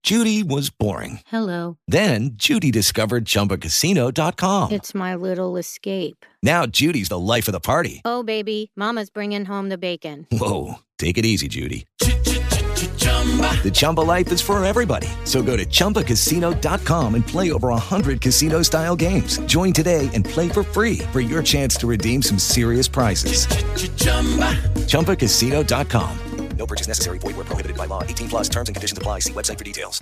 Judy was boring. Hello. Then Judy discovered ChumbaCasino.com. It's my little escape. Now Judy's the life of the party. Oh, baby, mama's bringing home the bacon. Whoa, take it easy, Judy. The Chumba life is for everybody. So go to ChumbaCasino.com and play over 100 casino-style games. Join today and play for free for your chance to redeem some serious prizes. ChumbaCasino.com. No purchase necessary. Void where prohibited by law. 18 plus terms and conditions apply. See website for details.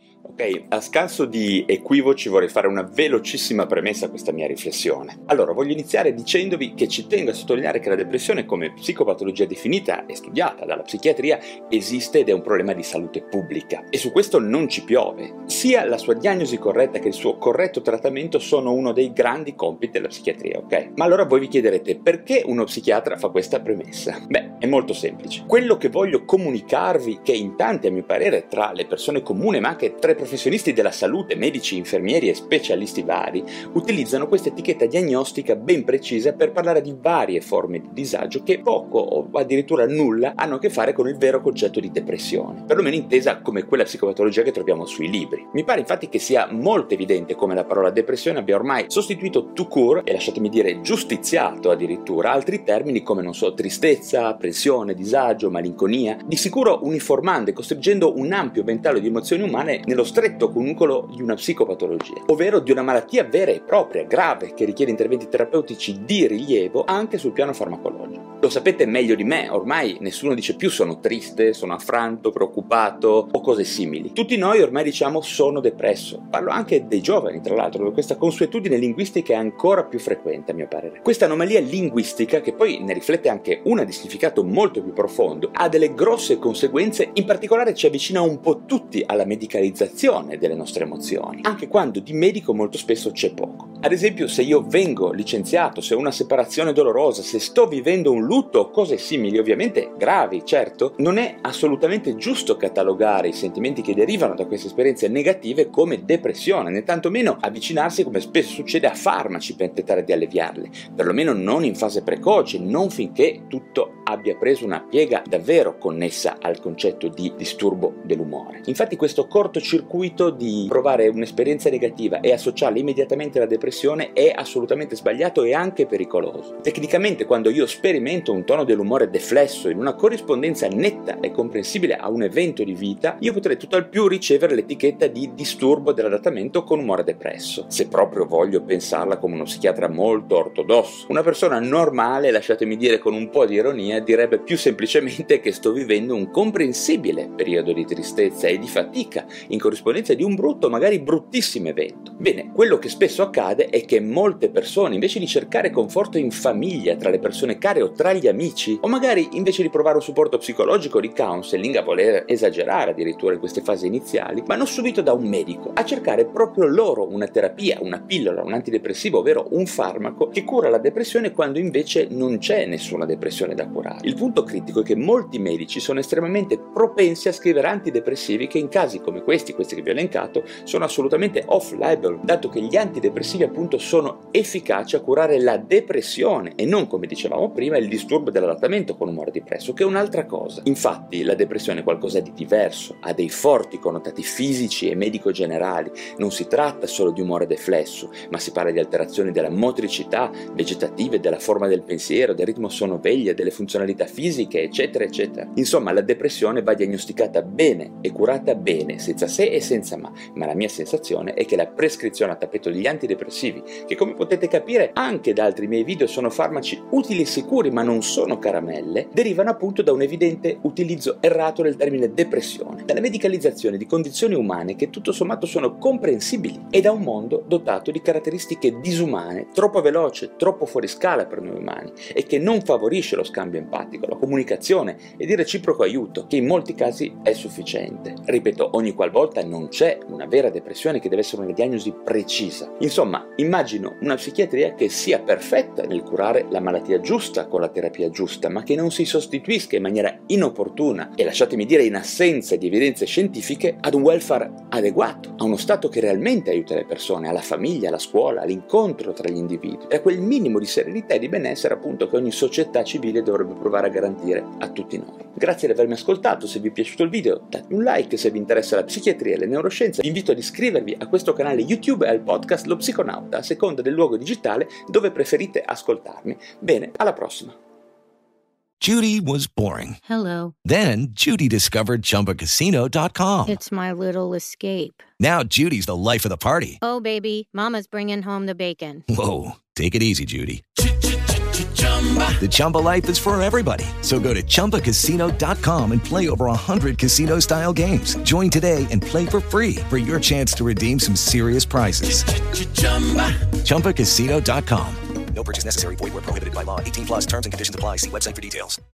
Ok, a scanso di equivoci vorrei fare una velocissima premessa a questa mia riflessione. Allora, voglio iniziare dicendovi che ci tengo a sottolineare che la depressione, come psicopatologia definita e studiata dalla psichiatria, esiste ed è un problema di salute pubblica. E su questo non ci piove. Sia la sua diagnosi corretta che il suo corretto trattamento sono uno dei grandi compiti della psichiatria, ok? Ma allora voi vi chiederete perché uno psichiatra fa questa premessa? Beh, è molto semplice. Quello che voglio comunicarvi, che in tanti a mio parere tra le persone comuni, ma anche tra i professionisti della salute, medici, infermieri e specialisti vari, utilizzano questa etichetta diagnostica ben precisa per parlare di varie forme di disagio che poco o addirittura nulla hanno a che fare con il vero concetto di depressione, perlomeno intesa come quella psicopatologia che troviamo sui libri. Mi pare infatti che sia molto evidente come la parola depressione abbia ormai sostituito tout court, e lasciatemi dire giustiziato addirittura, altri termini come, non so, tristezza, apprensione, disagio, malinconia, di sicuro uniformando e costringendo un ampio ventaglio di emozioni umane nello stretto cunucolo di una psicopatologia, ovvero di una malattia vera e propria, grave, che richiede interventi terapeutici di rilievo anche sul piano farmacologico. Lo sapete meglio di me, ormai nessuno dice più sono triste, sono affranto, preoccupato o cose simili. Tutti noi ormai diciamo sono depresso. Parlo anche dei giovani, tra l'altro, dove questa consuetudine linguistica è ancora più frequente a mio parere. Questa anomalia linguistica, che poi ne riflette anche una di significato molto più profondo, ha delle grosse conseguenze, in particolare ci avvicina un po' tutti alla medicalizzazione delle nostre emozioni, anche quando di medico molto spesso c'è poco. Ad esempio, se io vengo licenziato, se ho una separazione dolorosa, se sto vivendo un lutto o cose simili, ovviamente gravi, certo, non è assolutamente giusto catalogare i sentimenti che derivano da queste esperienze negative come depressione, né tantomeno avvicinarsi, come spesso succede, a farmaci per tentare di alleviarle, perlomeno non in fase precoce, non finché tutto abbia preso una piega davvero connessa al concetto di disturbo dell'umore. Infatti questo cortocircuito di provare un'esperienza negativa e associarla immediatamente alla depressione è assolutamente sbagliato e anche pericoloso. Tecnicamente, quando io sperimento un tono dell'umore deflesso in una corrispondenza netta e comprensibile a un evento di vita, io potrei tutt'al più ricevere l'etichetta di disturbo dell'adattamento con umore depresso, se proprio voglio pensarla come uno psichiatra molto ortodosso. Una persona normale, lasciatemi dire con un po' di ironia, direbbe più semplicemente che sto vivendo un comprensibile periodo di tristezza e di fatica in corrispondenza di un brutto, magari bruttissimo evento. Bene, quello che spesso accade è che molte persone, invece di cercare conforto in famiglia, tra le persone care o tra gli amici, o magari invece di provare un supporto psicologico di counseling, a voler esagerare addirittura in queste fasi iniziali, vanno subito da un medico a cercare proprio loro una terapia, una pillola, un antidepressivo, ovvero un farmaco che cura la depressione, quando invece non c'è nessuna depressione da curare. Il punto critico è che molti medici sono estremamente propensi a scrivere antidepressivi che in casi come questi che vi ho elencato, sono assolutamente off-label, dato che gli antidepressivi appunto sono efficaci a curare la depressione e non, come dicevamo prima, il disturbo dell'adattamento con umore depresso, che è un'altra cosa. Infatti la depressione è qualcosa di diverso, ha dei forti connotati fisici e medico-generali, non si tratta solo di umore deflesso, ma si parla di alterazioni della motricità, vegetative, della forma del pensiero, del ritmo sonno-veglia, delle funzionalità fisiche, eccetera, eccetera. Insomma, la depressione va diagnosticata bene e curata bene, senza se e senza ma la mia sensazione è che la prescrizione a tappeto degli antidepressivi, che come potete capire anche da altri miei video sono farmaci utili e sicuri ma non sono caramelle, derivano appunto da un evidente utilizzo errato del termine depressione, dalla medicalizzazione di condizioni umane che tutto sommato sono comprensibili, e da un mondo dotato di caratteristiche disumane, troppo veloce, troppo fuori scala per noi umani, e che non favorisce lo scambio empatico, la comunicazione ed il reciproco aiuto, che in molti casi è sufficiente. Ripeto, ogni qualvolta non c'è una vera depressione che deve essere una diagnosi precisa. Insomma, ma immagino una psichiatria che sia perfetta nel curare la malattia giusta con la terapia giusta, ma che non si sostituisca in maniera inopportuna e, lasciatemi dire, in assenza di evidenze scientifiche, ad un welfare adeguato, a uno Stato che realmente aiuta le persone, alla famiglia, alla scuola, all'incontro tra gli individui, e a quel minimo di serenità e di benessere appunto che ogni società civile dovrebbe provare a garantire a tutti noi. Grazie di avermi ascoltato. Se vi è piaciuto il video datemi un like, se vi interessa la psichiatria e le neuroscienze vi invito ad iscrivervi a questo canale YouTube e al podcast Lo Psiconauta, a seconda del luogo digitale dove preferite ascoltarmi. Bene, alla prossima. Judy was boring. Hello. Then Judy discovered ChumbaCasino.com. It's my little escape. Now Judy's the life of the party. Oh, baby, mama's bringing home the bacon. Whoa, take it easy, Judy. The Chumba life is for everybody. So go to ChumbaCasino.com and play over 100 casino-style games. Join today and play for free for your chance to redeem some serious prizes. ChumbaCasino.com. No purchase necessary. Void where prohibited by law. 18 plus terms and conditions apply. See website for details.